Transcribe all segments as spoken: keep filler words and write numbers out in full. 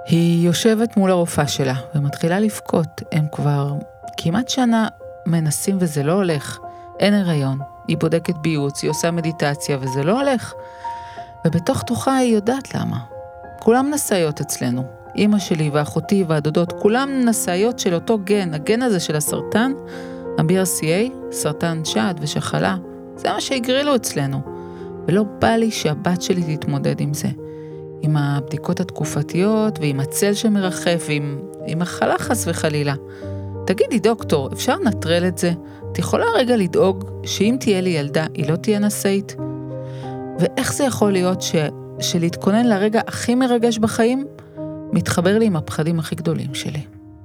היא יושבת מול הרופאה שלה ומתחילה לבכות. הם כבר כמעט שנה מנסים וזה לא הולך. אין הריון. היא בודקת בייעוץ, היא עושה מדיטציה וזה לא הולך. ובתוך תוכה היא יודעת למה. כולם נשאיות אצלנו. אמא שלי ואחותי והדודות, כולם נשאיות של אותו גן. הגן הזה של הסרטן, ה-בי אר סי איי, סרטן שד ושחלה, זה מה שהגרילו אצלנו. ולא בא לי שהבת שלי תתמודד עם זה. עם הבדיקות התקופתיות ועם הצל שמרחף ועם עם החלה חס וחלילה. תגידי דוקטור, אפשר לנטרל את זה? את יכולה רגע לדאוג שאם תהיה לי ילדה היא לא תהיה נשאית? ואיך זה יכול להיות ש, שלהתכונן לרגע הכי מרגש בחיים מתחבר לי עם הפחדים הכי גדולים שלי?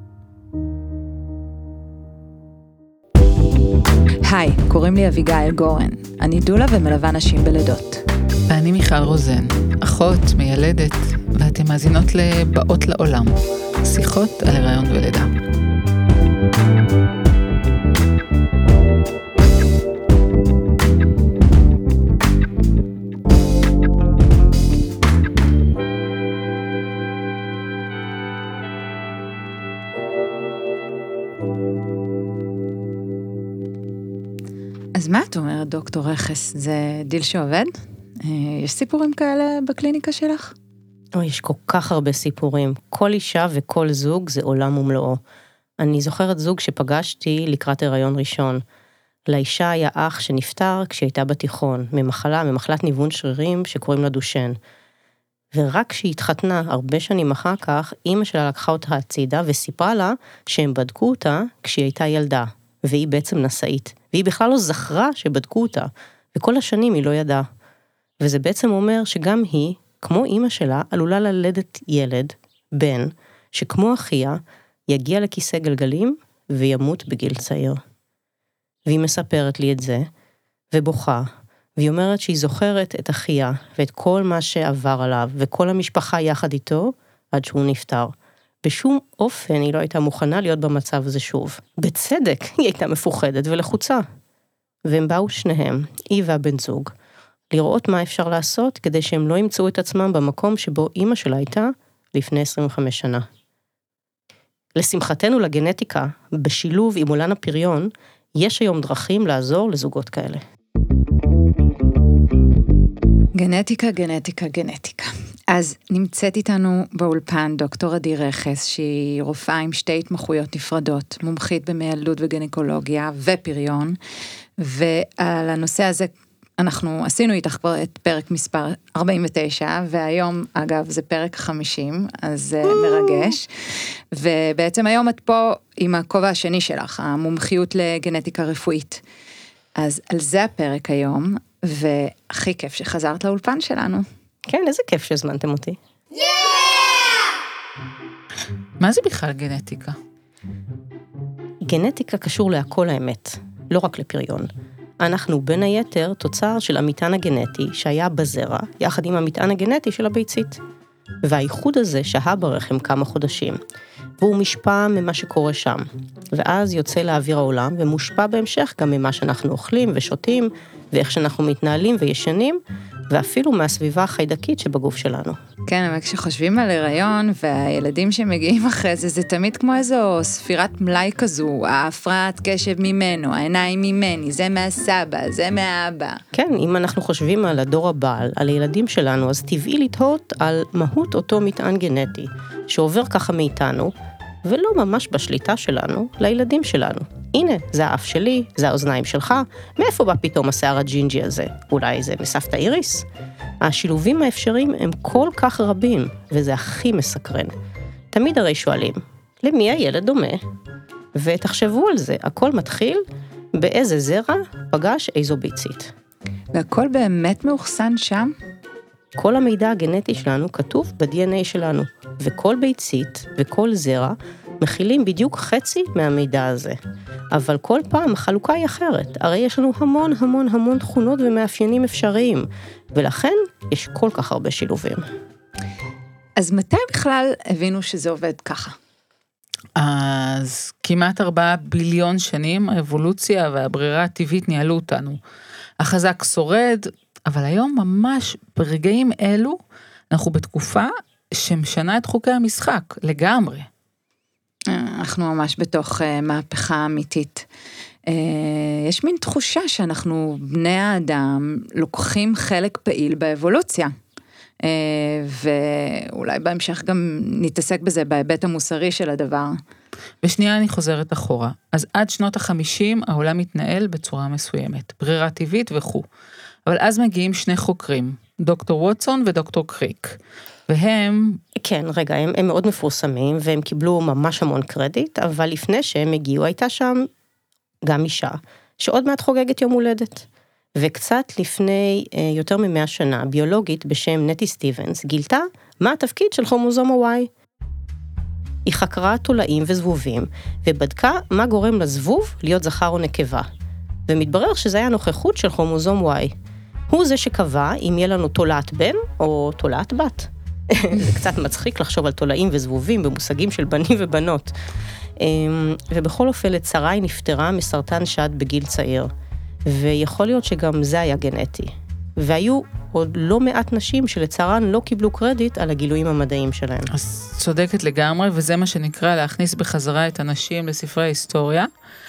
היי, קוראים לי אביגיל גורן. אני דולה ומלווה נשים בלידות. ואני מיכל רוזן, אחות, מיילדת, ואתם מאזינות לבאות לעולם, שיחות על הריון ולידה. אז מה את אומרת, דוקטור רכס? זה דיל שעובד? יש סיפורים כאלה בקליניקה שלך? או, יש כל כך הרבה סיפורים. כל אישה וכל זוג זה עולם ומלואו. אני זוכרת זוג שפגשתי לקראת הריון ראשון. לאישה היה אח שנפטר כשהייתה בתיכון, ממחלה, ממחלת ניוון שרירים שקוראים לה דושן. ורק כשהיא התחתנה הרבה שנים אחר כך, אמא שלה לקחה אותה הצידה וסיפרה לה שהם בדקו אותה כשהיא הייתה ילדה, והיא בעצם נשאית. והיא בכלל לא זכרה שבדקו אותה, וכל השנים היא לא ידעה. וזה בעצם אומר שגם היא, כמו אמא שלה, עלולה ללדת ילד, בן, שכמו אחיה, יגיע לכיסא גלגלים וימות בגיל צעיר. והיא מספרת לי את זה, ובוכה, והיא אומרת שהיא זוכרת את אחיה, ואת כל מה שעבר עליו, וכל המשפחה יחד איתו, עד שהוא נפטר. בשום אופן היא לא הייתה מוכנה להיות במצב הזה שוב. בצדק, היא הייתה מפוחדת ולחוצה. והם באו שניהם, היא והבן זוג, לראות מה אפשר לעשות כדי שהם לא ימצאו את עצמם במקום שבו אמא שלה הייתה לפני עשרים וחמש שנה. לשמחתנו לגנטיקה, בשילוב עם עולן הפריון, יש היום דרכים לעזור לזוגות כאלה. גנטיקה, גנטיקה, גנטיקה. אז נמצאת איתנו באולפן דוקטור עדי רכס, שהיא רופאה עם שתי התמחויות נפרדות, מומחית במיילדות וגניקולוגיה ופריון, ועל הנושא הזה אנחנו עשינו איתך כבר את פרק מספר ארבעים ותשע, והיום אגב זה פרק חמישים, אז זה מרגש, ובעצם היום את פה עם הכובע השני שלך, המומחיות לגנטיקה רפואית. אז על זה הפרק היום, והכי כיף שחזרת לאולפן שלנו. כן, איזה כיף שהזמנתם אותי. מה זה בכלל גנטיקה? גנטיקה קשור להכל האמת, לא רק לפריון. אנחנו בין היתר תוצר של המטען הגנטי שהיה בזרע, יחד עם המטען הגנטי של הביצית. והאיחוד הזה שהה ברחם כמה חודשים, והוא משפע ממה שקורה שם, ואז יוצא לאוויר העולם ומושפע בהמשך גם ממה שאנחנו אוכלים ושותים, ואיך שאנחנו מתנהלים וישנים, ואפילו מהסביבה החיידקית שבגוף שלנו. כן, אבל כשחושבים על הריון והילדים שמגיעים אחרי זה, זה תמיד כמו איזו ספירת מלאי כזו, ההפרעת קשב ממנו, העיניים ממני, זה מהסבא, זה מהאבא. כן, אם אנחנו חושבים על הדור הבא, על הילדים שלנו, אז טבעי לתהות על מהות אותו מטען גנטי, שעובר ככה מאיתנו, ולא ממש בשליטה שלנו, לילדים שלנו. הנה, זה האף שלי, זה האוזניים שלך, מאיפה בא פתאום השיער הג'ינג'י הזה? אולי זה מסבתא איריס? השילובים האפשריים הם כל כך רבים, וזה הכי מסקרן. תמיד הרי שואלים, למי הילד דומה? ותחשבו על זה, הכל מתחיל באיזה זרע פגש איזו ביצית. והכל באמת מאוחסן שם? כל המידע הגנטי שלנו כתוב ב-די אן איי שלנו, וכל ביצית וכל זרע מכילים בדיוק חצי מהמידע הזה. אבל כל פעם החלוקה היא אחרת, הרי יש לנו המון המון המון תכונות ומאפיינים אפשריים, ולכן יש כל כך הרבה שילובים. אז מתי בכלל הבינו שזה עובד ככה? אז כמעט ארבעה ביליון שנים האבולוציה והברירה הטבעית ניהלו אותנו. החזק שורד, אבל היום ממש ברגעים אלו אנחנו בתקופה שמשנה את חוקי המשחק, לגמרי. אנחנו ממש בתוך uh, מהפכה אמיתית. Uh, יש מין תחושה שאנחנו, בני האדם, לוקחים חלק פעיל באבולוציה. Uh, ואולי בהמשך גם נתעסק בזה בהיבט המוסרי של הדבר. ושנייה אני חוזרת אחורה. אז עד שנות החמישים העולם מתנהל בצורה מסוימת, ברירה טבעית וכו'. אבל אז מגיעים שני חוקרים, דוקטור ווטסון ודוקטור קריק. והם... כן, רגע, הם, הם מאוד מפורסמים, והם קיבלו ממש המון קרדיט, אבל לפני שהם הגיעו, הייתה שם גם אישה, שעוד מעט חוגגת יום הולדת. וקצת לפני יותר ממאה שנה, ביולוגית בשם נטי סטיבנס, גילתה מה התפקיד של כרומוזום ה-Y. היא חקרה תולעים וזבובים, ובדקה מה גורם לזבוב להיות זכר או נקבה. ומתברר שזה היה נוכחות של כרומוזום Y. הוא זה שקבע אם יהיה לנו תולעת בן או תולעת בת. זה קצת מצחיק לחשוב על תולעים וזבובים במושגים של בנים ובנות. ובכל אופן, לצרה היא נפטרה מסרטן שד בגיל צעיר. ויכול להיות שגם זה היה גנטי. והיו עוד לא מעט נשים שלצערן לא קיבלו קרדיט על הגילויים המדעיים שלהם. אז צודקת לגמרי, וזה מה שנקרא להכניס בחזרה את הנשים לספרי ההיסטוריה.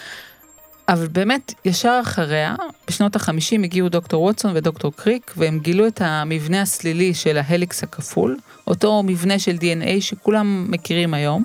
אבל באמת, ישר אחריה, בשנות החמישים הגיעו דוקטור ווטסון ודוקטור קריק, והם גילו את המבנה הסלילי של ההליקס הכפול, אותו מבנה של די אן איי שכולם מכירים היום,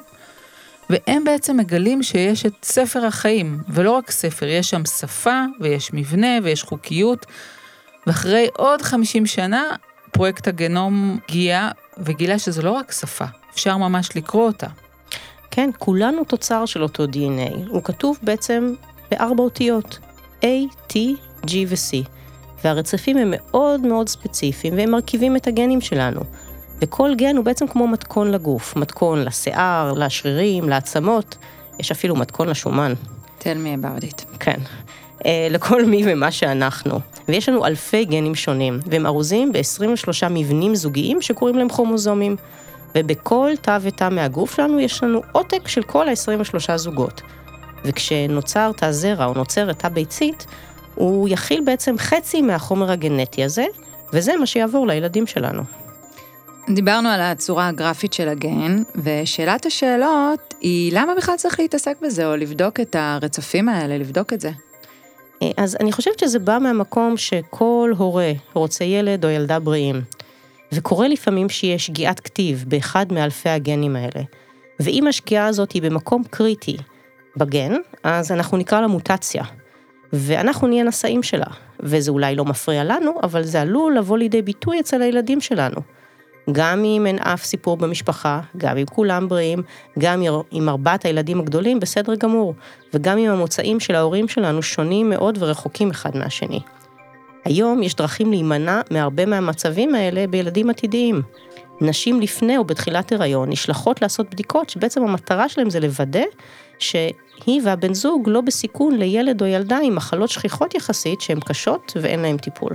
והם בעצם מגלים שיש את ספר החיים, ולא רק ספר, יש שם שפה, ויש מבנה, ויש חוקיות, ואחרי עוד חמישים שנה, פרויקט הגנום הגיע, וגילה שזה לא רק שפה, אפשר ממש לקרוא אותה. כן, כולנו תוצר של אותו די אן איי, הוא כתוב בעצם בארבע אותיות, A, T, G ו-C, והרצפים הם מאוד מאוד ספציפיים, והם מרכיבים את הגנים שלנו. וכל גן הוא בעצם כמו מתכון לגוף, מתכון לשיער, לשרירים, לעצמות, יש אפילו מתכון לשומן. Tell me about it. כן, לכל מי ומה שאנחנו. ויש לנו אלפי גנים שונים, והם ארוזים ב-עשרים ושלושה מבנים זוגיים שקוראים להם כרומוזומים. ובכל תא ותא מהגוף שלנו יש לנו עותק של כל ה-עשרים ושלושה זוגות. וכשנוצר תא זרע או נוצרת תא ביצית, הוא יכיל בעצם חצי מהחומר הגנטי הזה, וזה מה שיעבור לילדים שלנו. דיברנו על הצורה הגרפית של הגן, ושאלת השאלות היא למה בכלל צריך להתעסק בזה, או לבדוק את הרצפים האלה, לבדוק את זה? אז אני חושבת שזה בא מהמקום שכל הורה רוצה ילד או ילדה בריאים, וקורה לפעמים שיש שגיאת כתיב באחד מאלפי הגנים האלה, ואם השגיאה הזאת היא במקום קריטי בגן, אז אנחנו נקרא לה מוטציה, ואנחנו נהיה נשאים שלה, וזה אולי לא מפריע לנו, אבל זה עלול לבוא לידי ביטוי אצל הילדים שלנו. גם אם אין אף סיפור במשפחה, גם אם כולם בריאים, גם עם ארבעת הילדים הגדולים בסדר גמור, וגם אם המוצאים של ההורים שלנו שונים מאוד ורחוקים אחד מהשני. היום יש דרכים להימנע מהרבה מהמצבים האלה בילדים עתידיים. נשים לפני או בתחילת הריון נשלחות לעשות בדיקות שבעצם המטרה שלהם זה לוודא שהיא והבן זוג לא בסיכון לילד או ילדה עם מחלות שכיחות יחסית שהן קשות ואין להם טיפול.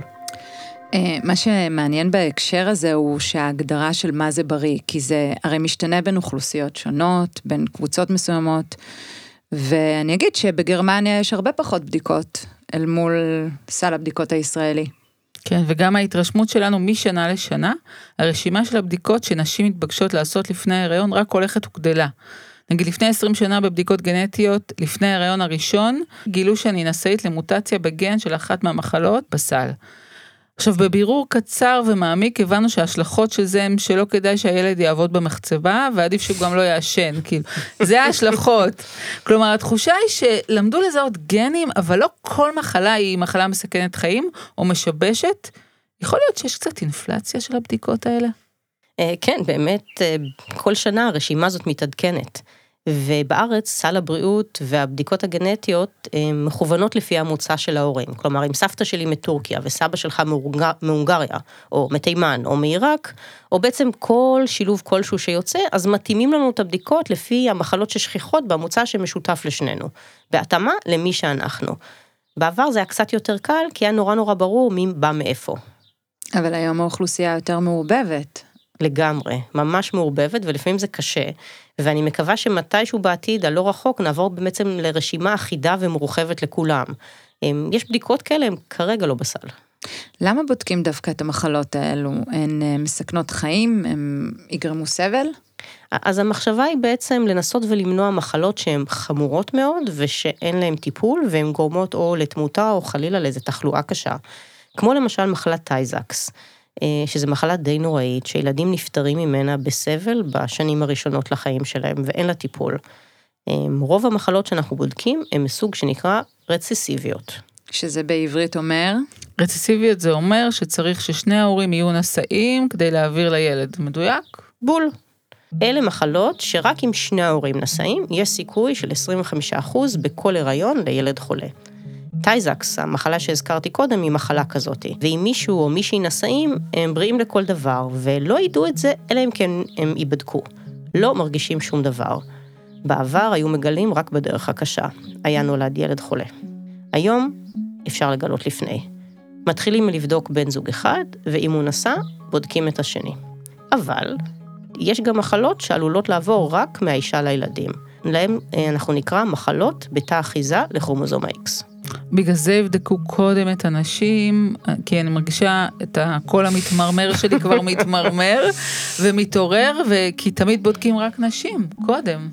מה שמעניין בהקשר הזה הוא שההגדרה של מה זה בריא, כי זה הרי משתנה בין אוכלוסיות שונות, בין קבוצות מסוימות, ואני אגיד שבגרמניה יש הרבה פחות בדיקות אל מול סל הבדיקות הישראלי. כן, וגם ההתרשמות שלנו משנה לשנה, הרשימה של הבדיקות שנשים מתבקשות לעשות לפני ההיריון רק הולכת וגדלה. נגיד לפני עשרים שנה בבדיקות גנטיות, לפני ההיריון הראשון, גילו שאני נשאית למוטציה בגן של אחת מהמחלות בסל. עכשיו, בבירור קצר ומעמיק, הבנו שההשלכות של זה הם שלא כדאי שהילד יעבוד במחצבה, ועדיף שהוא גם לא יעשן, כאילו, זה ההשלכות. כלומר, התחושה היא שלמדו לזהות גנים, אבל לא כל מחלה היא מחלה מסכנת חיים, או משבשת. יכול להיות שיש קצת אינפלציה של הבדיקות האלה? כן, באמת, כל שנה הרשימה הזאת מתעדכנת. ובארץ סל הבריאות והבדיקות הגנטיות מכוונות לפי המוצא של ההורים. כלומר, אם סבתא שלי מטורקיה וסבא שלך מהונגריה, או מתימן, או מעיראק, או בעצם כל שילוב כלשהו שיוצא, אז מתאימים לנו את הבדיקות לפי המחלות ששכיחות במוצא שמשותף לשנינו. בהתאמה למי שאנחנו. בעבר זה היה קצת יותר קל, כי היה נורא נורא ברור מי בא מאיפה. אבל היום האוכלוסייה יותר מעורבבת. לגמרי, ממש מעורבבת, ולפעמים זה קשה, ואני מקווה שמתישהו בעתיד, הלא רחוק, נעבור בעצם לרשימה אחידה ומורחבת לכולם. יש בדיקות כאלה, הם כרגע לא בסל. למה בודקים דווקא את המחלות האלו? הן מסכנות חיים? הן יגרמו סבל? אז המחשבה היא בעצם לנסות ולמנוע מחלות שהן חמורות מאוד, ושאין להן טיפול, והן גורמות או לתמותה או חלילה לאיזו תחלואה קשה. כמו למשל מחלת טייזקס, שזו מחלה די נוראית, שילדים נפטרים ממנה בסבל בשנים הראשונות לחיים שלהם, ואין לה טיפול. רוב המחלות שאנחנו בודקים, הן מסוג שנקרא רצסיביות. שזה בעברית אומר? רצסיביות זה אומר שצריך ששני ההורים יהיו נשאים כדי להעביר לילד. מדויק? בול. אלה מחלות שרק אם שני ההורים נשאים, יש סיכוי של עשרים וחמישה אחוז בכל הריון לילד חולה. טייזקס, המחלה שהזכרתי קודם, היא מחלה כזאת. ואם מישהו או מישהי נשאים, הם בריאים לכל דבר, ולא ידעו את זה, אלא אם כן הם ייבדקו. לא מרגישים שום דבר. בעבר היו מגלים רק בדרך הקשה. היה נולד ילד חולה. היום אפשר לגלות לפני. מתחילים לבדוק בן זוג אחד, ואם הוא נשא, בודקים את השני. אבל יש גם מחלות שעלולות לעבור רק מהאישה לילדים. להם אנחנו נקרא מחלות בתא אחיזה לכרומוזום ה-X. בגלל זה יבדקו קודם את הנשים, כי אני מרגישה את הקול המתמרמר שלי כבר מתמרמר ומתעורר, כי תמיד בודקים רק נשים, קודם.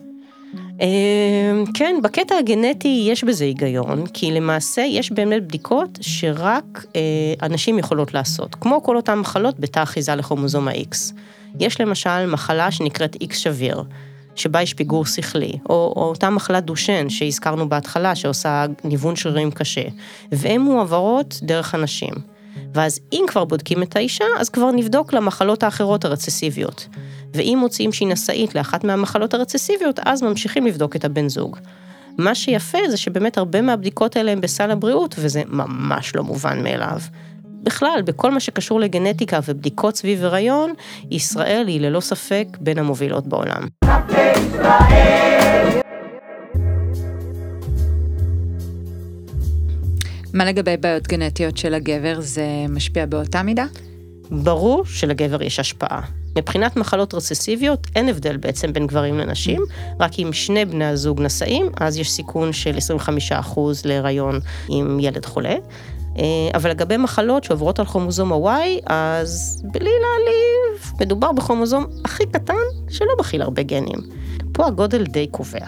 כן, בקטע הגנטי יש בזה היגיון, כי למעשה יש באמת בדיקות שרק אנשים יכולות לעשות, כמו כל אותן מחלות בתא אחיזה לכרומוזום ה-X. יש למשל מחלה שנקראת X שביר, שבה יש פיגור שכלי, או, או אותה מחלת דושן שהזכרנו בהתחלה, שעושה ניוון שרירים קשה, והן מועברות דרך אנשים. ואז אם כבר בודקים את האישה, אז כבר נבדוק למחלות האחרות הרצסיביות. ואם מוצאים שהיא נשאית לאחת מהמחלות הרצסיביות, אז ממשיכים לבדוק את הבן זוג. מה שיפה זה שבאמת הרבה מהבדיקות האלה הם בסל הבריאות, וזה ממש לא מובן מאליו. בכלל, בכל מה שקשור לגנטיקה ובדיקות סביב הריון, ישראל היא ללא ספק בין המובילות בעולם. מה לגבי בעיות גנטיות של הגבר, זה משפיע באותה מידה? ברור שלגבר יש השפעה. מבחינת מחלות רצסיביות, אין הבדל בעצם בין גברים לנשים, רק אם שני בני הזוג נשאים, אז יש סיכון של עשרים וחמישה אחוז להיריון עם ילד חולה. אבל לגבי מחלות שעוברות על כרומוזום ה-Y, אז בלי להעליב, מדובר בכרומוזום הכי קטן שלא מכיל הרבה גנים. פה הגודל די קובע.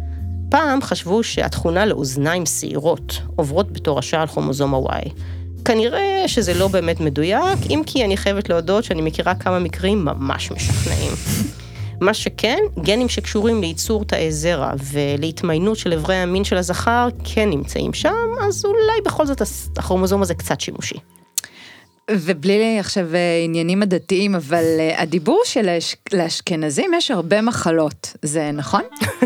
פעם חשבו שהתכונה לאוזניים שעירות עוברות בתור השעה על כרומוזום ה-Y. כנראה שזה לא באמת מדויק, אם כי אני חייבת להודות שאני מכירה כמה מקרים ממש משכנעים. מה שכן, גנים שקשורים לייצור תאי זרע ולהתמיינות של אברי המין של הזכר כן נמצאים שם, אז אולי בכל זאת הכרומוזום הזה קצת שימושי. ובלי לי עכשיו עניינים הדתיים, אבל הדיבור של האשכנזים יש הרבה מחלות, זה נכון?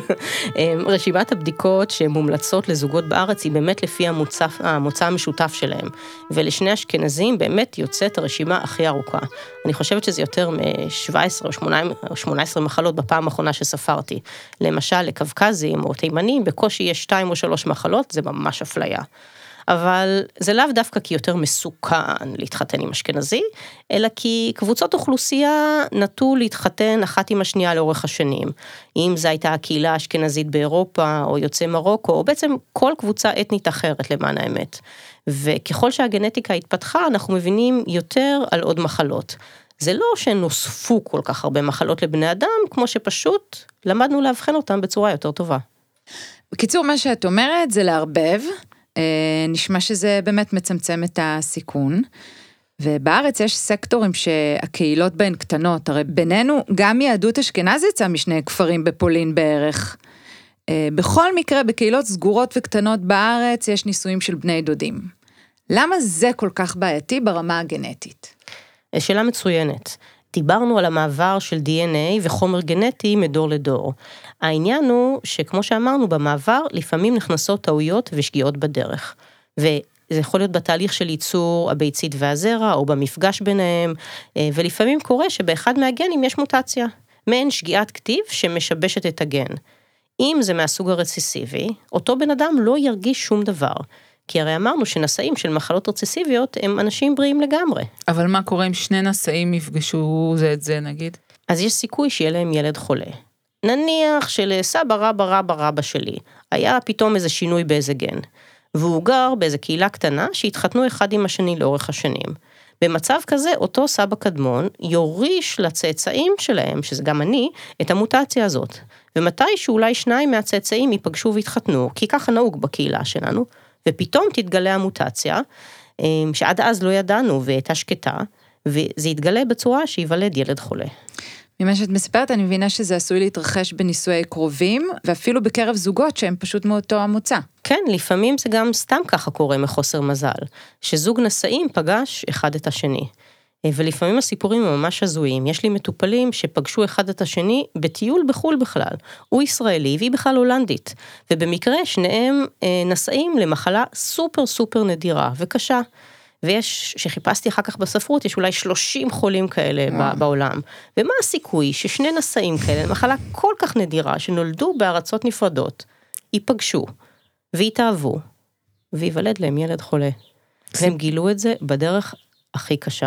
רשימת הבדיקות שמומלצות לזוגות בארץ היא באמת לפי המוצא, המוצא המשותף שלהם, ולשני אשכנזים באמת יוצאת הרשימה הכי ארוכה. אני חושבת שזה יותר מ-שבע עשרה או שמונה עשרה מחלות בפעם האחרונה שספרתי. למשל, לקווקזים או תימנים, בקושי יש שתיים או שלוש מחלות, זה ממש אפליה. אבל זה לאו דווקא כי יותר מסוכן להתחתן עם אשכנזי, אלא כי קבוצות אוכלוסייה נטו להתחתן אחת עם השנייה לאורך השנים. אם זו הייתה הקהילה האשכנזית באירופה, או יוצא מרוקו, או בעצם כל קבוצה אתנית אחרת למען האמת. וככל שהגנטיקה התפתחה, אנחנו מבינים יותר על עוד מחלות. זה לא שנוספו כל כך הרבה מחלות לבני אדם, כמו שפשוט למדנו להבחן אותם בצורה יותר טובה. בקיצור, מה שאת אומרת זה להרבב, נשמע שזה באמת מצמצם את הסיכון, ובארץ יש סקטורים שהקהילות בהן קטנות, הרי בינינו גם יהדות אשכנז יצא משני כפרים בפולין בערך. בכל מקרה, בקהילות סגורות וקטנות בארץ יש ניסויים של בני דודים. למה זה כל כך בעייתי ברמה הגנטית? שאלה מצוינת. דיברנו על המעבר של די אן איי וחומר גנטי מדור לדור. העניין הוא שכמו שאמרנו במעבר, לפעמים נכנסות טעויות ושגיאות בדרך. וזה יכול להיות בתהליך של ייצור הביצית והזרע, או במפגש ביניהם, ולפעמים קורה שבאחד מהגנים יש מוטציה, מעין שגיאת כתיב שמשבשת את הגן. אם זה מהסוג הרצסיבי, אותו בן אדם לא ירגיש שום דבר. כי הרי אמרנו שנשאים של מחלות רצסיביות הם אנשים בריאים לגמרי. אבל מה קורה אם שני נשאים יפגשו זה את זה נגיד? אז יש סיכוי שיהיה להם ילד חולה. נניח שלסבא רבא רבא רבא שלי, היה פתאום איזה שינוי באיזה גן. והוא גר באיזו קהילה קטנה שהתחתנו אחד עם השני לאורך השנים. במצב כזה, אותו סבא קדמון יוריש לצאצאים שלהם, שזה גם אני, את המוטציה הזאת. ומתי שאולי שניים מהצאצאים ייפגשו והתחתנו, כי ככה נהוג בקהילה שלנו, ופתאום תתגלה המוטציה, שעד אז לא ידענו והייתה שקטה, וזה יתגלה בצורה שיוולד ילד חולה. ממה שאת מספרת, אני מבינה שזה עשוי להתרחש בנישואי קרובים, ואפילו בקרב זוגות שהם פשוט מאותו המוצא. כן, לפעמים זה גם סתם ככה קורה מחוסר מזל, שזוג נשאים פגש אחד את השני. ולפעמים הסיפורים הם ממש הזויים. יש לי מטופלים שפגשו אחד את השני בטיול בחול בכלל. הוא ישראלי והיא בכלל הולנדית. ובמקרה שניהם נשאים למחלה סופר סופר נדירה וקשה. ויש, שחיפשתי אחר כך בספרות, יש אולי שלושים חולים כאלה וואו. בעולם. ומה הסיכוי ששני נשאים כאלה, מחלה כל כך נדירה, שנולדו בארצות נפרדות, ייפגשו ויתאהבו, ויוולד להם ילד חולה. והם גילו את זה בדרך הכי קשה.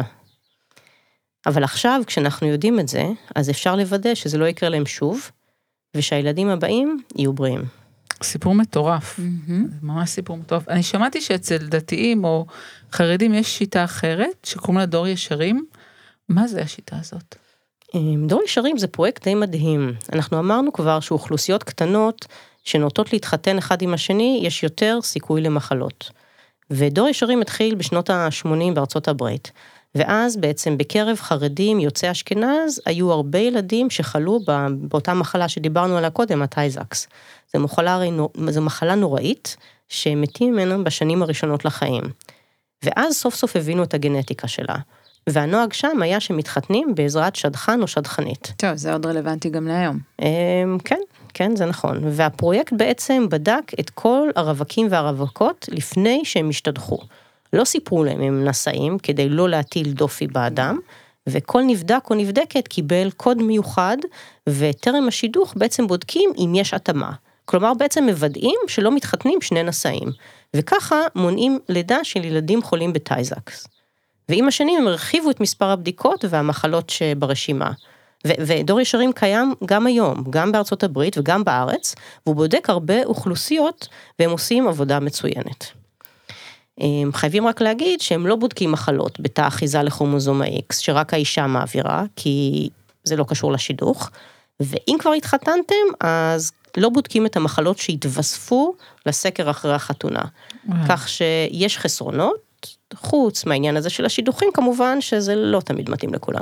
אבל עכשיו, כשאנחנו יודעים את זה, אז אפשר לוודא שזה לא יקרה להם שוב, ושהילדים הבאים יהיו בריאים. סיפור מטורף, mm-hmm. ממש סיפור מטורף. אני שמעתי שאצל דתיים או חרדים יש שיטה אחרת, שקוראים לה דור ישרים. מה זה השיטה הזאת? דור ישרים זה פרויקט די מדהים. אנחנו אמרנו כבר שאוכלוסיות קטנות, שנוטות להתחתן אחד עם השני, יש יותר סיכוי למחלות. ודור ישרים התחיל בשנות ה-שמונים בארצות הברית. ואז בעצם בקרב חרדים יוצאי אשכנז, היו הרבה ילדים שחלו באותה מחלה שדיברנו עליה קודם, הטייזקס. זו מחלה, זו מחלה נוראית, שמתים ממנה בשנים הראשונות לחיים. ואז סוף סוף הבינו את הגנטיקה שלה. והנוהג שם היה שמתחתנים בעזרת שדכן או שדכנית. טוב, זה עוד רלוונטי גם להיום. כן, כן, זה נכון. והפרויקט בעצם בדק את כל הרווקים והרווקות לפני שהם השתדכו. לא סיפרו להם הם נשאים, כדי לא להטיל דופי באדם, וכל נבדק או נבדקת קיבל קוד מיוחד, וטרם השידוך בעצם בודקים אם יש התאמה. כלומר, בעצם מוודאים שלא מתחתנים שני נשאים, וככה מונעים לידה של ילדים חולים בטייזקס. ועם השנים הם הרחיבו את מספר הבדיקות והמחלות שברשימה. ו- ודור ישרים קיים גם היום, גם בארצות הברית וגם בארץ, והוא בודק הרבה אוכלוסיות, והם עושים עבודה מצוינת. הם חייבים רק להגיד שהם לא בודקים מחלות בתא אחיזה לכרומוזום ה-X, שרק האישה מעבירה, כי זה לא קשור לשידוך, ואם כבר התחתנתם, אז לא בודקים את המחלות שהתווספו לסקר אחרי החתונה. כך שיש חסרונות, חוץ מהעניין הזה של השידוכים, כמובן שזה לא תמיד מתאים לכולם.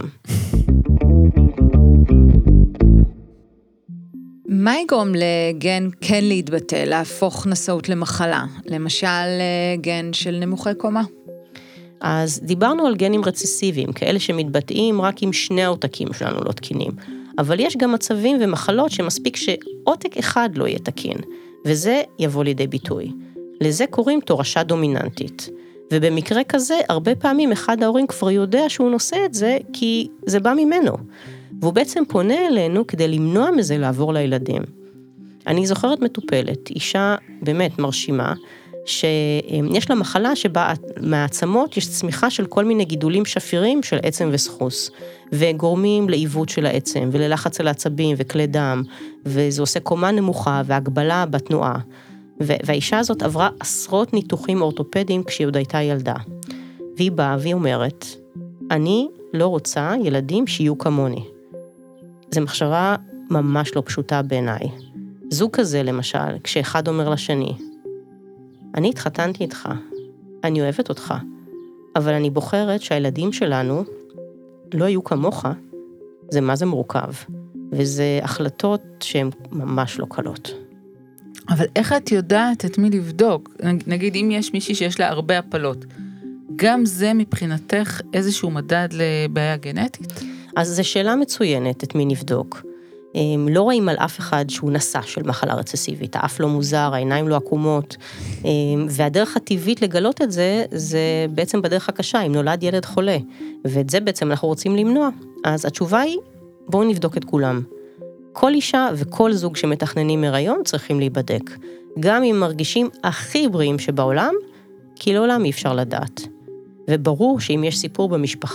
מה יגרום לגן כן להתבטא, להפוך נשאות למחלה? למשל, גן של נמוכי קומה? אז דיברנו על גנים רצסיביים, כאלה שמתבטאים רק עם שני העותקים שלנו לא תקינים. אבל יש גם מצבים ומחלות שמספיק שעותק אחד לא יהיה תקין, וזה יבוא לידי ביטוי. לזה קוראים תורשה דומיננטית. ובמקרה כזה, הרבה פעמים אחד ההורים כבר יודע שהוא נושא את זה, כי זה בא ממנו. והוא בעצם פונה אלינו כדי למנוע מזה לעבור לילדים. אני זוכרת מטופלת, אישה באמת מרשימה, שיש לה מחלה שבה מהעצמות יש צמיחה של כל מיני גידולים שפירים של עצם וסחוס, וגורמים לעיוות של העצם, וללחץ על העצבים וכלי דם, וזה עושה קומה נמוכה והגבלה בתנועה. והאישה הזאת עברה עשרות ניתוחים אורתופדיים כשהיא עוד הייתה ילדה. והיא באה והיא אומרת, אני לא רוצה ילדים שיהיו כמוני. זו מחשבה ממש לא פשוטה בעיניי. זוג כזה למשל, כשאחד אומר לשני, אני התחתנתי איתך, אני אוהבת אותך, אבל אני בוחרת שהילדים שלנו לא יהיו כמוך, זה מה זה מורכב, וזה החלטות שהן ממש לא קלות. אבל איך את יודעת את מי לבדוק? נגיד, אם יש מישהי שיש לה הרבה הפלות, גם זה מבחינתך איזשהו מדד לבעיה גנטית? אז זו שאלה מצוינת, את מי נבדוק. לא רואים על אף אחד שהוא נשא של מחלה רצסיבית, האף לא מוזר, העיניים לא עקומות, והדרך הטבעית לגלות את זה, זה בעצם בדרך הקשה, אם נולד ילד חולה, ואת זה בעצם אנחנו רוצים למנוע. אז התשובה היא, בואו נבדוק את כולם. כל אישה וכל זוג שמתכננים הריון צריכים להיבדק, גם אם מרגישים הכי בריאים שבעולם, כי לעולם אי אפשר לדעת. וברור שאם יש סיפור במשפחה,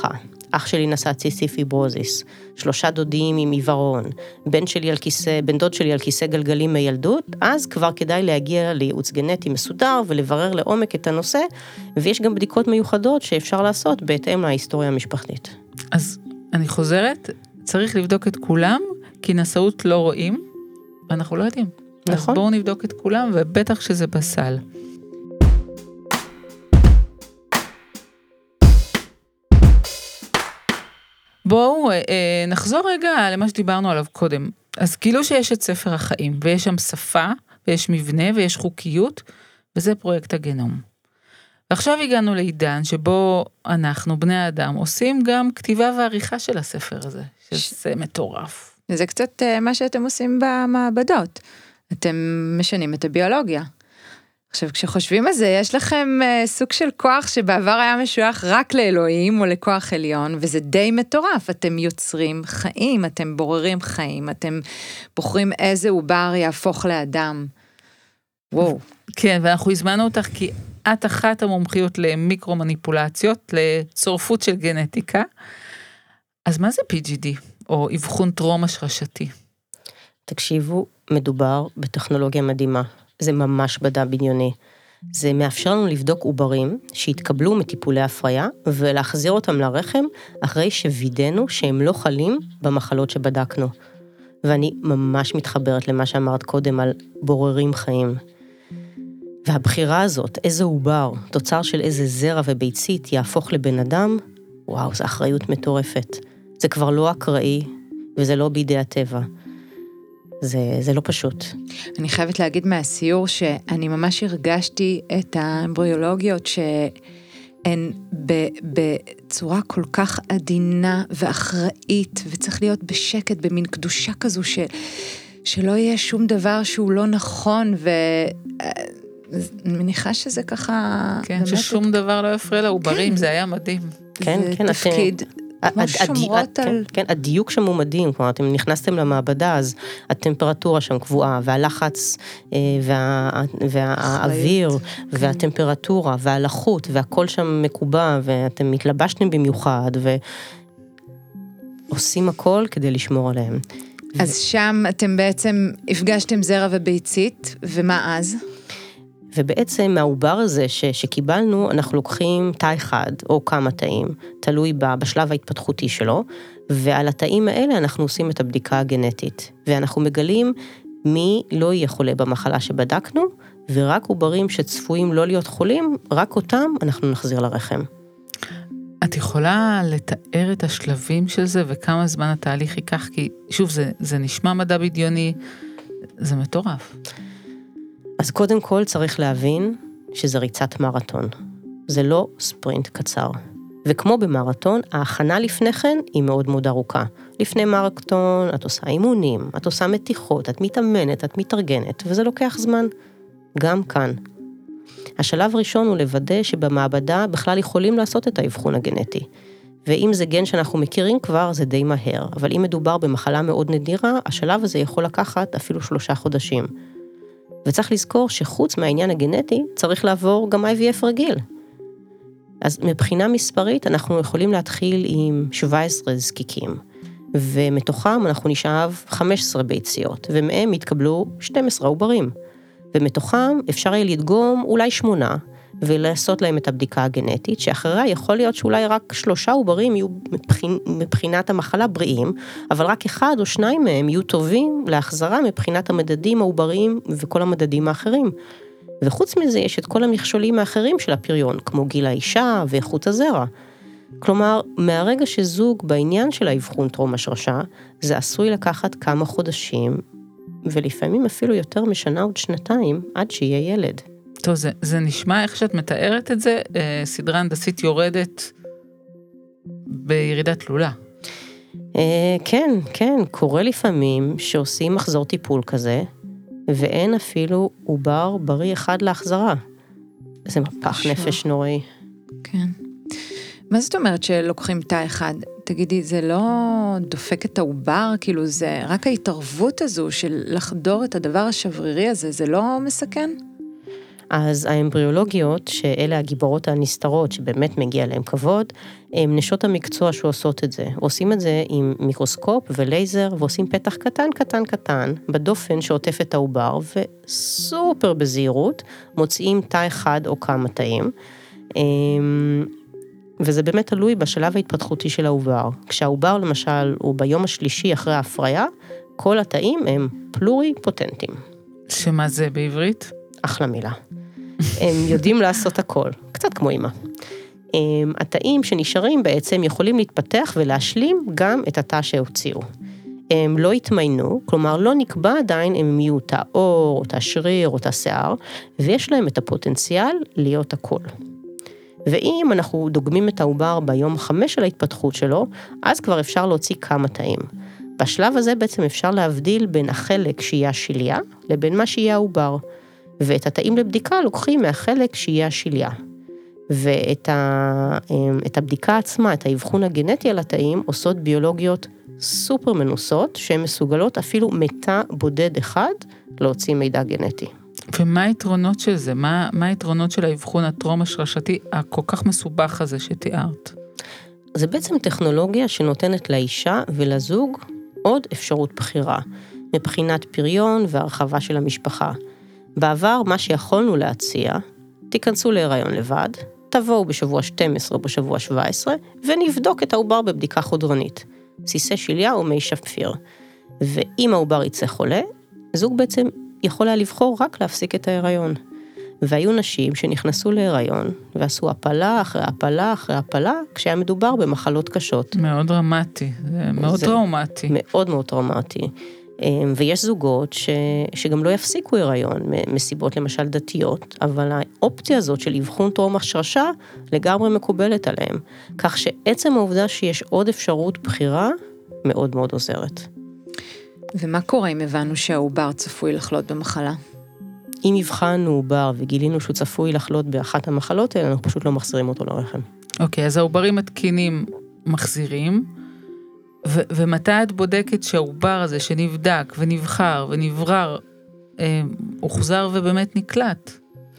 אח שלי נשא ציסטיק פיברוזיס, שלושה דודים עם עיוורון, בן שלי על כיסא, בן דוד שלי על כיסא גלגלים מילדות, אז כבר כדאי להגיע לייעוץ גנטי מסודר ולברר לעומק את הנושא, ויש גם בדיקות מיוחדות שאפשר לעשות בהתאם להיסטוריה המשפחתית. אז אני חוזרת, צריך לבדוק את כולם, כי נשאות לא רואים, ואנחנו לא יודעים. נכון. אז בואו נבדוק את כולם, ובטח שזה בסל. בואו אה, נחזור רגע למה שדיברנו עליו קודם. אז כאילו שיש את ספר החיים, ויש שם שפה, ויש מבנה, ויש חוקיות, וזה פרויקט הגנום. ועכשיו הגענו לעידן שבו אנחנו, בני האדם, עושים גם כתיבה ועריכה של הספר הזה, שזה מטורף. וזה קצת מה שאתם עושים במעבדות. אתם משנים את הביולוגיה. עכשיו, כשחושבים על זה, יש לכם uh, סוג של כוח שבעבר היה משוייך רק לאלוהים או לכוח עליון, וזה די מטורף. אתם יוצרים חיים, אתם בוררים חיים, אתם בוחרים איזה עובר יהפוך לאדם. וואו. כן, ואנחנו הזמנו אותך כי את אחת המומחיות למיקרו-מניפולציות, לצורפות של גנטיקה. אז מה זה פי ג'י די, או אבחון טרום השרשתי? תקשיבו, מדובר בטכנולוגיה מדהימה. זה ממש מדע בדיוני. זה מאפשר לנו לבדוק עוברים שהתקבלו מטיפולי הפריה, ולהחזיר אותם לרחם אחרי שווידאנו שהם לא חלים במחלות שבדקנו. ואני ממש מתחברת למה שאמרת קודם על בוררים חיים. והבחירה הזאת, איזה עובר, תוצר של איזה זרע וביצית יהפוך לבן אדם, וואו, זו אחריות מטורפת. זה כבר לא אקראי, וזה לא בידי הטבע. זה, זה לא פשוט. אני חייבת להגיד מהסיור שאני ממש הרגשתי את האמבריולוגיות שהן בצורה כל כך עדינה ואחראית, וצריך להיות בשקט, במין קדושה כזו, ש, שלא יהיה שום דבר שהוא לא נכון, ואני מניחה שזה ככה... כן, ששום את... דבר לא יפריע לעוברים, כן. זה היה מדהים. כן, זה כן, תפקיד... אתם... כמו שומרות על... כן, הדיוק שם הוא מדהים, כלומר, אתם נכנסתם למעבדה, אז הטמפרטורה שם קבועה, והלחץ, והאוויר, והטמפרטורה, והלחות, והכל שם מקובע, ואתם מתלבשתם במיוחד, ועושים הכל כדי לשמור עליהם. אז שם אתם בעצם הפגשתם זרע וביצית, ומה אז? ובעצם מהעובר הזה ש, שקיבלנו, אנחנו לוקחים תא אחד או כמה תאים, תלוי בשלב ההתפתחותי שלו, ועל התאים האלה אנחנו עושים את הבדיקה הגנטית, ואנחנו מגלים מי לא יהיה חולה במחלה שבדקנו, ורק עוברים שצפויים לא להיות חולים, רק אותם אנחנו נחזיר לרחם. את יכולה לתאר את השלבים של זה, וכמה זמן התהליך ייקח, כי שוב, זה, זה נשמע מדע בדיוני, זה מטורף. אז קודם כל צריך להבין שזה ריצת מרתון. זה לא ספרינט קצר. וכמו במרתון, ההכנה לפני כן היא מאוד מאוד ארוכה. לפני מרתון את עושה אימונים, את עושה מתיחות, את מתאמנת, את מתארגנת, וזה לוקח זמן. גם כאן. השלב הראשון הוא לוודא שבמעבדה בכלל יכולים לעשות את האבחון הגנטי. ואם זה גן שאנחנו מכירים כבר, זה די מהר. אבל אם מדובר במחלה מאוד נדירה, השלב הזה יכול לקחת אפילו שלושה חודשים. וצריך לזכור שחוץ מהעניין הגנטי, צריך לעבור גם איי וי אף רגיל. אז מבחינה מספרית, אנחנו יכולים להתחיל עם שבע עשרה זקיקים, ומתוכם אנחנו נשאב חמש עשרה ביציות, ומהם יתקבלו שנים עשר עוברים. ומתוכם אפשר יהיה לדגום אולי שמונה, ולעשות להם את הבדיקה הגנטית, שאחריה יכול להיות שאולי רק שלושה עוברים יהיו מבחינ... מבחינת המחלה בריאים, אבל רק אחד או שניים מהם יהיו טובים להחזרה מבחינת המדדים העובריים וכל המדדים האחרים. וחוץ מזה יש את כל המכשולים האחרים של הפריון, כמו גיל האישה ואיכות הזרע. כלומר, מהרגע שזוג בעניין של האבחון טרום השרשה, זה עשוי לקחת כמה חודשים, ולפעמים אפילו יותר משנה עוד שנתיים, עד שיהיה ילד. טוב, זה, זה נשמע איך שאת מתארת את זה, אה, סדרה הנדסית יורדת בירידה תלולה. אה, כן, כן, קורה לפעמים שעושים מחזור טיפול כזה, ואין אפילו עובר בריא אחד להחזרה. זה מפח נפש נוראי. כן. מה זאת אומרת שלוקחים תא אחד? תגידי, זה לא דופק את העובר? כאילו זה רק ההתערבות הזו של לחדור את הדבר השברירי הזה, זה לא מסכן? אז האמבריולוגיות, שאלה הגיבורות הנסתרות, שבאמת מגיע להם כבוד, הם נשות המקצוע שעושות את זה. עושים את זה עם מיקרוסקופ ולייזר, ועושים פתח קטן, קטן, קטן, בדופן שעוטף את העובר, וסופר בזהירות, מוציאים תא אחד או כמה תאים. וזה באמת תלוי בשלב ההתפתחותי של העובר. כשהעובר, למשל, הוא ביום השלישי אחרי ההפריה, כל התאים הם פלורי-פוטנטים. שמה זה בעברית? אחלה מילה. הם יודעים לעשות הכל, קצת כמו אמא. התאים שנשארים בעצם יכולים להתפתח ולהשלים גם את התא שהוציאו. הם לא התמיינו, כלומר לא נקבע עדיין אם יהיו תא עור, או תא שריר, או תא שיער, ויש להם את הפוטנציאל להיות הכל. ואם אנחנו דוגמים את העובר ביום חמש של ההתפתחות שלו, אז כבר אפשר להוציא כמה תאים. בשלב הזה בעצם אפשר להבדיל בין החלק שיהיה השיליה, לבין מה שיהיה העובר. ואת התאים לבדיקה לוקחים מהחלק שיהיה השיליה. ואת ה, את הבדיקה עצמה, את האבחון הגנטי על התאים, עושות ביולוגיות סופר מנוסות, שהן מסוגלות אפילו מתא בודד אחד להוציא מידע גנטי. ומה היתרונות של זה? מה, מה היתרונות של האבחון הטרום השרשתי הכל כך מסובך הזה שתיארת? זה בעצם טכנולוגיה שנותנת לאישה ולזוג עוד אפשרות בחירה, מבחינת פריון והרחבה של המשפחה. בעבר מה שיכולנו להציע, תיכנסו להיריון לבד, תבואו בשבוע שתים עשרה או בשבוע שבע עשרה, ונבדוק את העובר בבדיקה חודרנית, סיסי שיליה או מי שפיר. ואם העובר יצא חולה, זוג בעצם יכול היה לבחור רק להפסיק את ההיריון. והיו נשים שנכנסו להיריון, ועשו הפלה אחרי הפלה אחרי הפלה, כשהיה מדובר במחלות קשות. מאוד דרמטי, זה מאוד זה טראומטי. מאוד מאוד טראומטי. ויש זוגות ש, שגם לא יפסיקו היריון, מסיבות למשל דתיות, אבל האופציה הזאת של אבחון טרום השרשה לגמרי מקובלת עליהם. כך שעצם העובדה שיש עוד אפשרות בחירה, מאוד מאוד עוזרת. ומה קורה אם הבנו שהעובר צפוי לחלות במחלה? אם הבחנו עובר וגילינו שהוא צפוי לחלות באחת המחלות האלה, אנחנו פשוט לא מחזירים אותו לרחם. אוקיי, אז העוברים התקינים מחזירים, ו- ומתי את בודקת שהעובר הזה שנבדק ונבחר ונברר, אה, הוחזר ובאמת נקלט?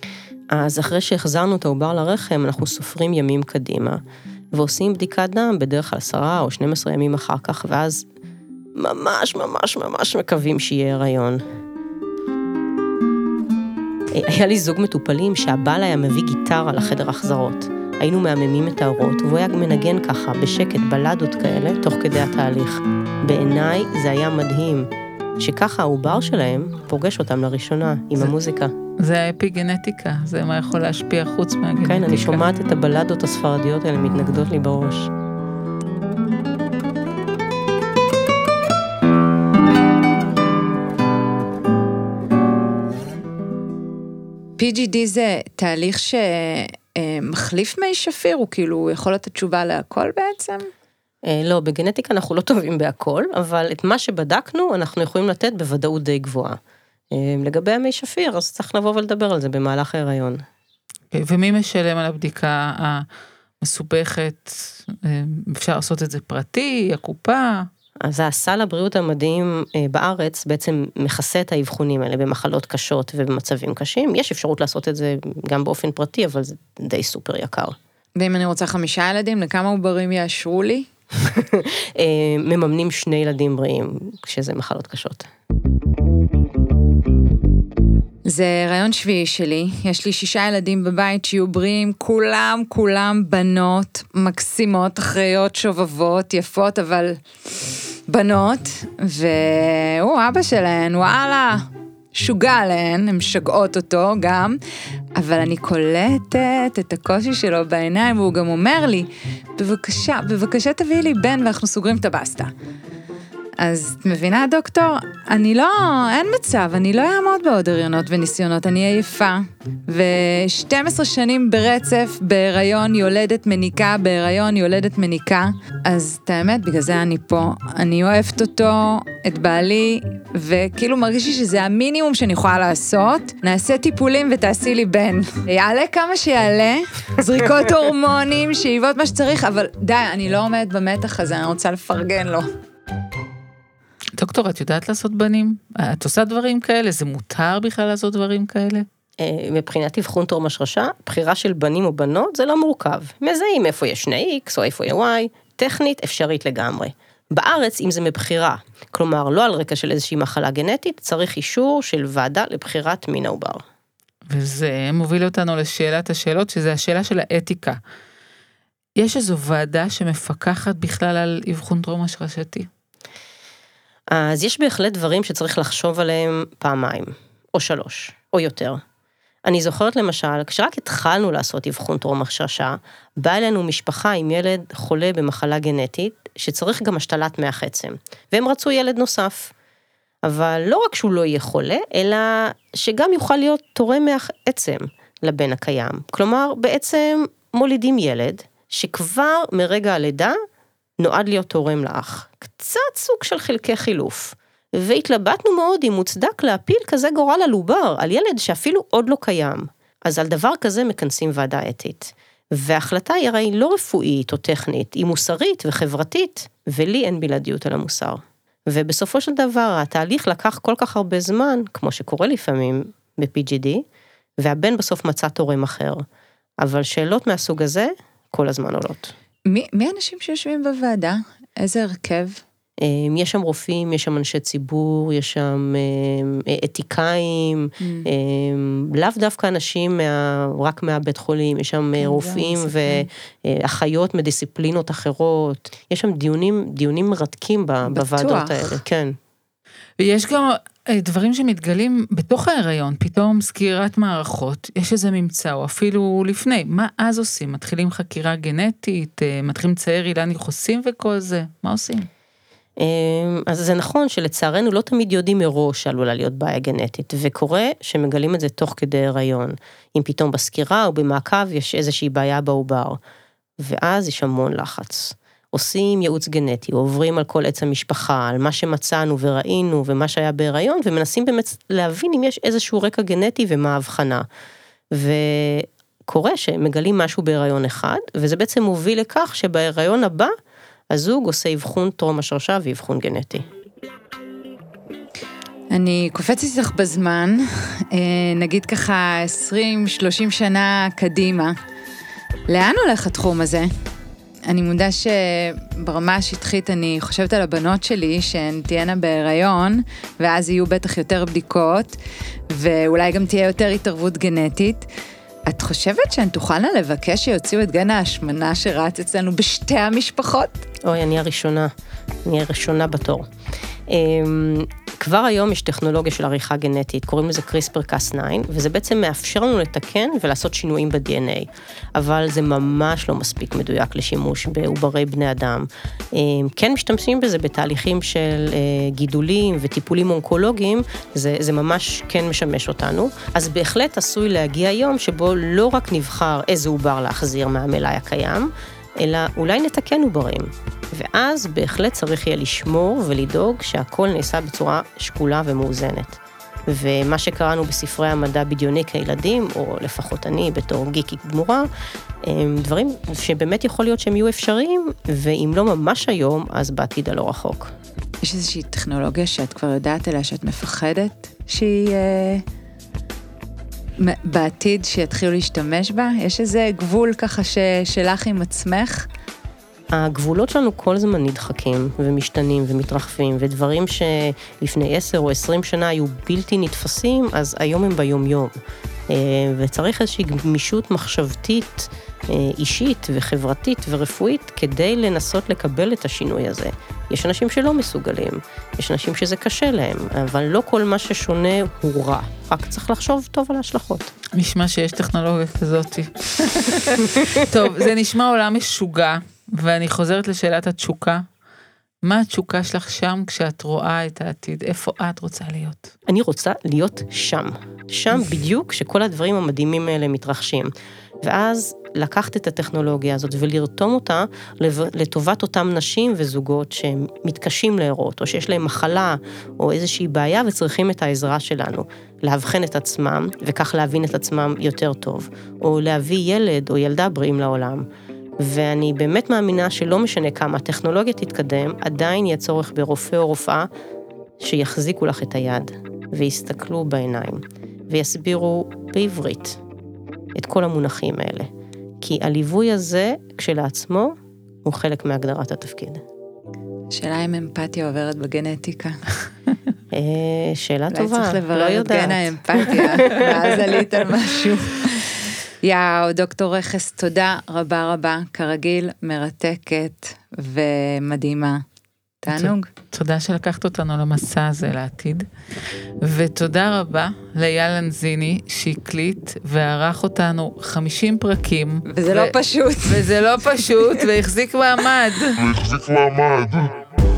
אז אחרי שהחזרנו את העובר לרחם, אנחנו סופרים ימים קדימה, ועושים בדיקת דם בדרך כלל עשרה או שנים עשר ימים אחר כך, ואז ממש ממש ממש מקווים שיהיה הריון. היה לי זוג מטופלים שהבעל היה מביא גיטרה לחדר החזרות. היינו מהממים את האורות, והוא היה מנגן ככה, בשקט, בלדות כאלה, תוך כדי התהליך. בעיניי זה היה מדהים, שככה העובר שלהם פוגש אותם לראשונה, עם זה, המוזיקה. זה האפיגנטיקה, זה מה יכול להשפיע חוץ מהגנטיקה. כן, אני שומעת את הבלדות הספרדיות האלה, מתנגדות לי בראש. פי ג'י די זה תהליך שמחליף מי שפיר, הוא כאילו יכול לתת תשובה להכל בעצם? לא, בגנטיקה אנחנו לא טובים בהכל, אבל את מה שבדקנו אנחנו יכולים לתת בוודאות די גבוהה. לגבי המי שפיר, אז צריך לבוא ולדבר על זה במהלך ההיריון. ומי משלם על הבדיקה המסובכת? אפשר לעשות את זה פרטי, הקופה? אז הסל הבריאות המדהים בארץ בעצם מכסה את האבחונים האלה במחלות קשות ובמצבים קשים. יש אפשרות לעשות את זה גם באופן פרטי, אבל זה די סופר יקר. ואם אני רוצה חמישה ילדים, לכמה עוברים יאשרו לי? מממנים שני ילדים בריאים, כשזה מחלות קשות. זה רעיון שביעי שלי, יש לי שישה ילדים בבית שיהיו בריאים, כולם, כולם בנות, מקסימות, אחריות, שובבות, יפות, אבל בנות, והוא אבא שלהן, וואלה, שוגע עליהן, הן שגעות אותו גם, אבל אני קולטת את הקושי שלו בעיניים, והוא גם אומר לי, בבקשה, בבקשה תביאי לי בן, ואנחנו סוגרים את הבסטה. אז את מבינה, דוקטור? אני לא, אין מצב, אני לא אעמוד בעוד הריונות וניסיונות, אני עייפה. ו-שתים עשרה שנים ברצף, בהיריון, יולדת מניקה, בהיריון, יולדת מניקה. אז את האמת, בגלל זה אני פה. אני אוהבת אותו, את בעלי, וכאילו מרגיש לי שזה המינימום שאני יכולה לעשות. נעשה טיפולים ותעשי לי בן. יעלה כמה שיעלה, זריקות הורמונים, שאיבות מה שצריך, אבל די, אני לא עומדת במתח הזה, אני רוצה לפרגן לו. דוקטור, את יודעת לעשות בנים? את עושה דברים כאלה? זה מותר בכלל לעשות דברים כאלה? מבחינת אבחון טרום השרשה, בחירה של בנים או בנות זה לא מורכב. מזהים איפה יש שני X או איפה יש Y, טכנית אפשרית לגמרי. בארץ, אם זה מבחירה, כלומר לא על רקע של איזושהי מחלה גנטית, צריך אישור של ועדה לבחירת מין העובר. וזה מוביל אותנו לשאלת השאלות, שזה השאלה של האתיקה. יש איזו ועדה שמפקחת בכלל על אבחון טרום השרשתי? אז יש בהחלט דברים שצריך לחשוב עליהם פעמיים, או שלוש, או יותר. אני זוכרת למשל, כשרק התחלנו לעשות אבחון טרום השרשה, באה אלינו משפחה עם ילד חולה במחלה גנטית, שצריך גם השתלת מח עצם, והם רצו ילד נוסף. אבל לא רק שהוא לא יהיה חולה, אלא שגם יוכל להיות תורם מח עצם לבן הקיים. כלומר, בעצם מולידים ילד, שכבר מרגע הלידה נועד להיות תורם לאח. קצת סוג של חלקי חילוף. והתלבטנו מאוד אם מוצדק להפיל כזה גורל על עובר, על ילד שאפילו עוד לא קיים. אז על דבר כזה מכנסים ועדה אתית. וההחלטה היא הרי לא רפואית או טכנית, היא מוסרית וחברתית, ולי אין בלעדיות על המוסר. ובסופו של דבר, התהליך לקח כל כך הרבה זמן, כמו שקורה לפעמים ב-פי ג'י די, והבן בסוף מצא תורם אחר. אבל שאלות מהסוג הזה, כל הזמן עולות. מי, מי האנשים שיושבים בוועדה? איזה הרכב? יש שם רופאים, יש שם אנשי ציבור, יש שם אתיקאים, mm. לאו דווקא אנשים מה, רק מהבית חולים, יש שם כן, רופאים ואחיות מדיסציפלינות אחרות, יש שם דיונים, דיונים מרתקים בוועדות האלה, כן. ויש גם דברים שמתגלים בתוך ההיריון, פתאום סגירת מערכות, יש איזה ממצא, או אפילו לפני, מה אז עושים? מתחילים חקירה גנטית, מתחילים לצייר אילן יחוסים וכל זה, מה עושים? אז זה נכון שלצערנו לא תמיד יודעים מראש שעלולה להיות בעיה גנטית, וקורה שמגלים את זה תוך כדי הריון, אם פתאום בסקירה או במעקב יש איזושהי בעיה בעובר, ואז יש המון לחץ. עושים ייעוץ גנטי, עוברים על כל עץ המשפחה, על מה שמצאנו וראינו ומה שהיה בהיריון, ומנסים באמת להבין אם יש איזשהו רקע גנטי ומה ההבחנה. וקורה שמגלים משהו בהיריון אחד, וזה בעצם מוביל לכך שבהיריון הבא, הזוג עושה אבחון טרום השרשה ואבחון גנטי. אני קופצת איתך בזמן, נגיד ככה עשרים שלושים שנה קדימה. לאן הולך התחום הזה? אני מודה שברמה השטחית אני חושבת על הבנות שלי שהן תהיינה בהיריון, ואז יהיו בטח יותר בדיקות, ואולי גם תהיה יותר התערבות גנטית. את חושבת שהן תוכלנה לבקש שיוציאו את גן ההשמנה שרץ אצלנו בשתי המשפחות? אוי, אני הראשונה, אני הראשונה בתור. כבר היום יש טכנולוגיה של עריכה גנטית, קוראים לזה קריספר קאס תשע, וזה בעצם מאפשר לנו לתקן ולעשות שינויים ב-די אן איי, אבל זה ממש לא מספיק מדויק לשימוש בעוברי בני אדם. כן משתמשים בזה בתהליכים של גידולים וטיפולים אונקולוגיים, זה, זה ממש כן משמש אותנו, אז בהחלט עשוי להגיע יום שבו לא רק נבחר איזה עובר להחזיר מהמלאי הקיים, אלא אולי נתקן עוברים. ואז בהחלט צריך יהיה לשמור ולדאוג שהכל נעשה בצורה שקולה ומאוזנת. ומה שקראנו בספרי המדע בדיוני כילדים, או לפחות אני בתור גיקית גמורה, דברים שבאמת יכול להיות שהם יהיו אפשריים, ואם לא ממש היום, אז בעתיד הלא רחוק. יש איזושהי טכנולוגיה שאת כבר יודעת עליה, שאת מפחדת שהיא בעתיד שיתחילו להשתמש בה? יש איזה גבול ככה ש... שלך עם עצמך? הגבולות שלנו כל הזמן נדחקים ומשתנים ומתרחבים, ודברים שלפני עשר או עשרים שנה היו בלתי נתפסים, אז היום הם ביום יום. וצריך איזושהי גמישות מחשבתית, אישית וחברתית ורפואית, כדי לנסות לקבל את השינוי הזה. יש אנשים שלא מסוגלים, יש אנשים שזה קשה להם, אבל לא כל מה ששונה הוא רע, רק צריך לחשוב טוב על ההשלכות. נשמע שיש טכנולוגיה כזאת. טוב, זה נשמע עולם משוגע, ואני חוזרת לשאלת התשוקה. מה התשוקה שלך שם כשאת רואה את העתיד? איפה את רוצה להיות? אני רוצה להיות שם. שם בדיוק שכל הדברים המדהימים האלה מתרחשים. ואז לקחת את הטכנולוגיה הזאת ולרתום אותה לטובת אותם נשים וזוגות שהם מתקשים להיראות, או שיש להם מחלה או איזושהי בעיה וצריכים את העזרה שלנו, להבחן את עצמם וכך להבין את עצמם יותר טוב, או להביא ילד או ילדה בריאים לעולם. ואני באמת מאמינה שלא משנה כמה הטכנולוגיה תתקדם, עדיין יהיה צורך ברופא או רופאה שיחזיקו לך את היד ויסתכלו בעיניים. ויסבירו בעברית את כל המונחים האלה. כי הליווי הזה, כשלעצמו, הוא חלק מהגדרת התפקיד. שאלה אם אמפתיה עוברת בגנטיקה. שאלה טובה, לא יודעת. צריך לברר את גן האמפתיה, ואז עלית על משהו. יאו, דוקטור רכס, תודה רבה רבה, כרגיל, מרתקת ומדהימה. תענוג. תודה שלקחת אותנו למסע הזה לעתיד, ותודה רבה לאייל אנזיני שהקליט וערך אותנו חמישים פרקים. וזה לא פשוט. וזה לא פשוט, והחזיק מעמד. והחזיק מעמד.